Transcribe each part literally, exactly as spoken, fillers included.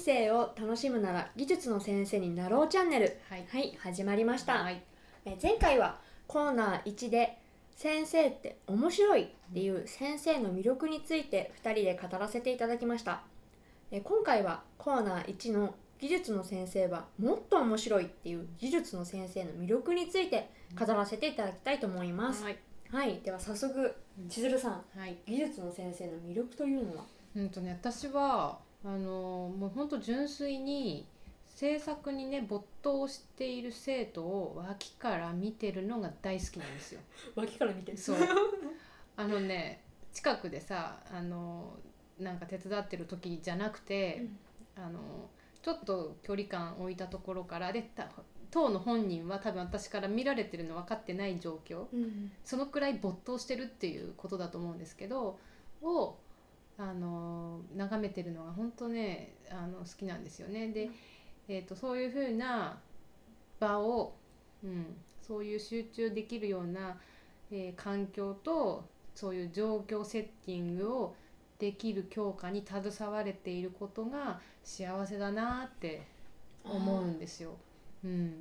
生を楽しむなら技術の先生になろうチャンネル、 はい、 はい、始まりました、 はい、 え前回はコーナーいちで先生って面白いっていう先生の魅力についてふたりで語らせていただきました。え今回はコーナーいちの技術の先生はもっと面白いっていう技術の先生の魅力について語らせていただきたいと思います。 はい、 はい、では早速千鶴さん、 はい、 技術の先生の魅力というのは？ うんとね、私はあのもう本当純粋に制作にね没頭している生徒を脇から見てるのが大好きなんですよ。 脇から見てる。 そうあのね近くでさあのなんか手伝ってる時じゃなくて、うん、あのちょっと距離感置いたところからでた当の本人は多分私から見られてるの分かってない状況、うん、そのくらい没頭してるっていうことだと思うんですけどをあの眺めてるのが本当ねあの好きなんですよね。で、うんえー、とそういう風な場を、うん、そういう集中できるような、えー、環境とそういう状況セッティングをできる教科に携われていることが幸せだなって思うんですよ。うん、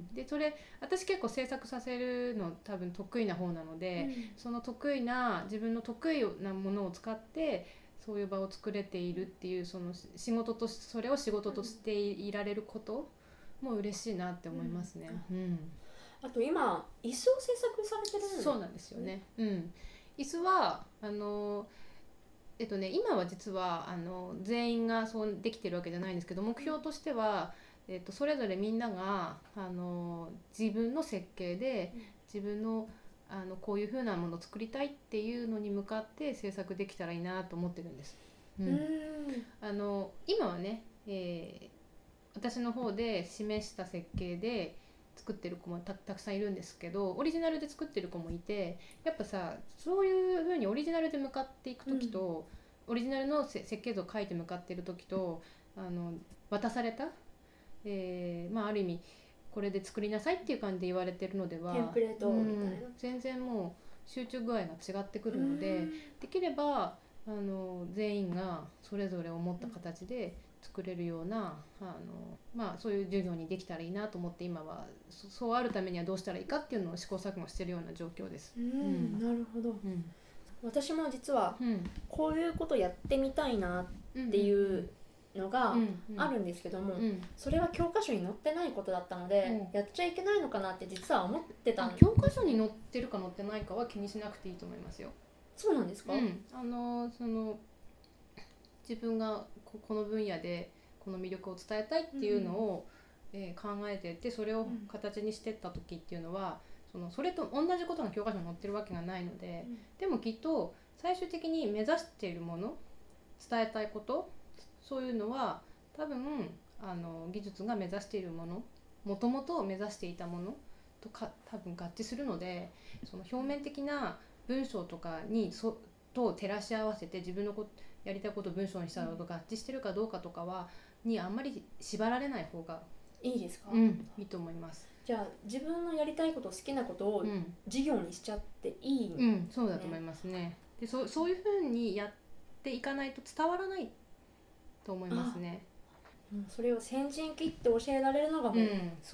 でそれ私結構制作させるの多分得意な方なので、うん、その得意な自分の得意なものを使ってそういう場を作れているっていうその仕事とそれを仕事としていられることも嬉しいなって思いますね。うんうん、 あと今椅子を制作されてるんですか？ そうなんですよね。うん、椅子はあのえっとね今は実はあの全員がそうできてるわけじゃないんですけど目標としては、えっと、それぞれみんながあの自分の設計で自分のあのこういう風なものを作りたいっていうのに向かって制作できたらいいなと思ってるんです。うん、あの今はね、えー、私の方で示した設計で作ってる子も た, たくさんいるんですけどオリジナルで作ってる子もいてやっぱさそういう風にオリジナルで向かっていく時と、うん、オリジナルの設計図を書いて向かっている時とあの渡された、えーまあ、ある意味これで作りなさいっていう感じで言われてるのではテンプレートみたいな、うん、 全然もう集中具合が違ってくるのでできればあの全員がそれぞれ思った形で作れるようなあの、まあ、そういう授業にできたらいいなと思って今は そ, そうあるためにはどうしたらいいかっていうのを試行錯誤してるような状況です。 うん、うん、なるほど、うん、私も実はこういうことやってみたいなっていうのがあるんですけども、うんうん、それは教科書に載ってないことだったので、うん、やっちゃいけないのかなって実は思ってたんです。 教科書に載ってるか載ってないかは気にしなくていいと思いますよ。 そうなんですか？ うん、あのその自分がこの分野でこの魅力を伝えたいっていうのを、うんえー、考えててそれを形にしてった時っていうのは、うん、そのそれと同じことが教科書に載ってるわけがないので、うん、でもきっと最終的に目指しているもの伝えたいことそういうのは多分あの技術が目指しているものもともと目指していたものとか多分合致するのでその表面的な文章とかにそと照らし合わせて自分のこやりたいことを文章にしたのと合致してるかどうかとかはにあんまり縛られない方がいいですか？ うん、いいと思います。 じゃあ自分のやりたいこと好きなことを授業にしちゃっていい、ね、 うん、うん、そうだと思いますね。で そ, そういう風にやっていかないと伝わらないと思いますね。 うん、それを先陣切って教えられるのがもう、うん、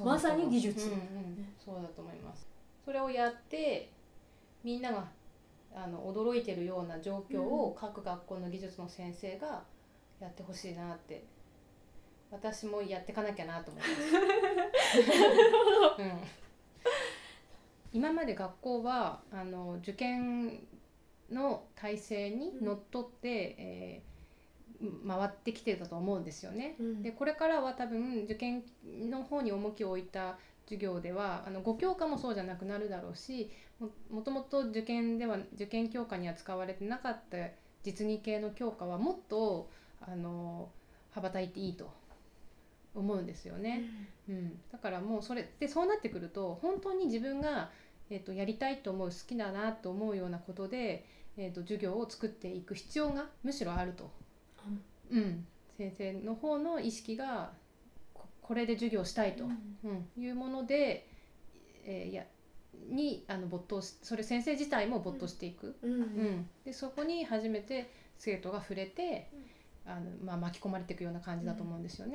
まさに技術、うんうん、 そうだと思います。それをやってみんながあの驚いてるような状況を各学校の技術の先生がやってほしいなって私もやっていかなきゃなと思います、うん、今まで学校はあの受験の体制にのっとって、うんえー、回ってきてたと思うんですよね、うん、でこれからは多分受験の方に重きを置いた授業ではあのご教科もそうじゃなくなるだろうし も, もともと受験では受験教科には使われてなかった実技系の教科はもっとあの羽ばたいていいと思うんですよね、うんうん、だからもうそれでそうなってくると本当に自分が、えーと、やりたいと思う好きだなと思うようなことで、えーと、授業を作っていく必要がむしろあると、うんうん、先生の方の意識がこれで授業したいと、うんうん、いうもので、えー、やにあの没頭しそれ先生自体も没頭していく、うんうんうん、でそこに初めて生徒が触れて、うんあのまあ、巻き込まれていくような感じだと思うんですよね、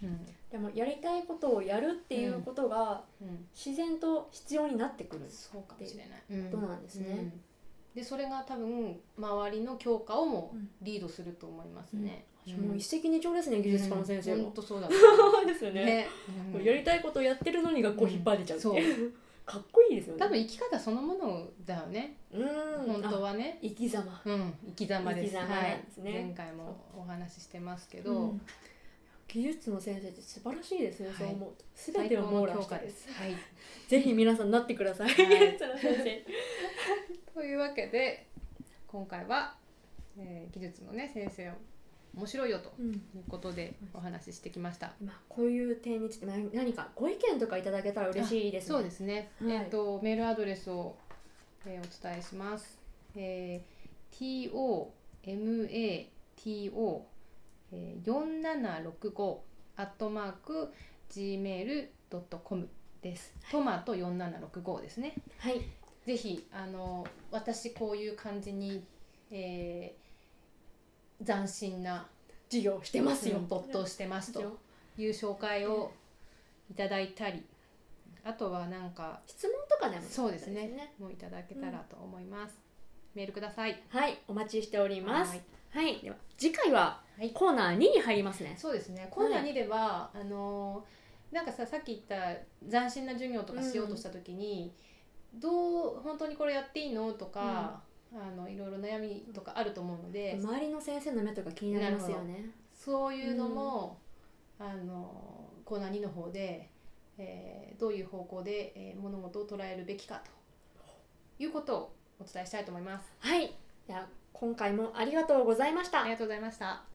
うんでもやりたいことをやるっていうことがうん、 自然と必要になってくるそうかもしれないことなんですね、 うんでそれが多分周りの教科をもうんリードすると思いますね、 うんもう一石二鳥ですね、技術科の先生も、 本当そうだですよねね、うんやりたいことをやってるのに学校引っ張れちゃうって、 うんそうかっこいいですよね。 多分生き方そのものだよね、 うん本当はね、 生き様、 うん、生き様です。 生き様なんですねはい、前回もお話ししてますけど、 うん技術の先生って素晴らしいですね、 はいそう思うと全てを網羅してるです。はい。 ぜひ皆さんなってください、 はい技術の先生というわけで今回は、えー技術のね先生面白いよとうんいうことでお話ししてきました。 まあ、こういう点についてな何かご意見とかいただけたら嬉しいですね。 そうですね。 はいえっ、とメールアドレスを、えーお伝えします。えー、トマト、えー、よんななろくごアットマーク ジーメールドットコム です。トマトよんななろくごですね。 はい。 ぜひあの私こういう感じに、えー、斬新な授業してますよ。 没頭してますという紹介をいただいたり、あとはなんか質問とかでもそうですね、もういただけたらと思います。うん、メールください。 はい、お待ちしております。 はい、 はい、では次回ははいコーナーにに入りますね。 そうですね。コーナーにでは、あのなんかささっき言った斬新な授業とかしようとした時に、うん、どう本当にこれやっていいのとか、うん、あのいろいろ悩みとかあると思うので、 周りの先生の目とか気になりますよね。 そういうのも、うん、あのコーナーにの方で、えー、どういう方向で、えー、物事を捉えるべきかということをお伝えしたいと思います。 はい。では今回もありがとうございました。 ありがとうございました。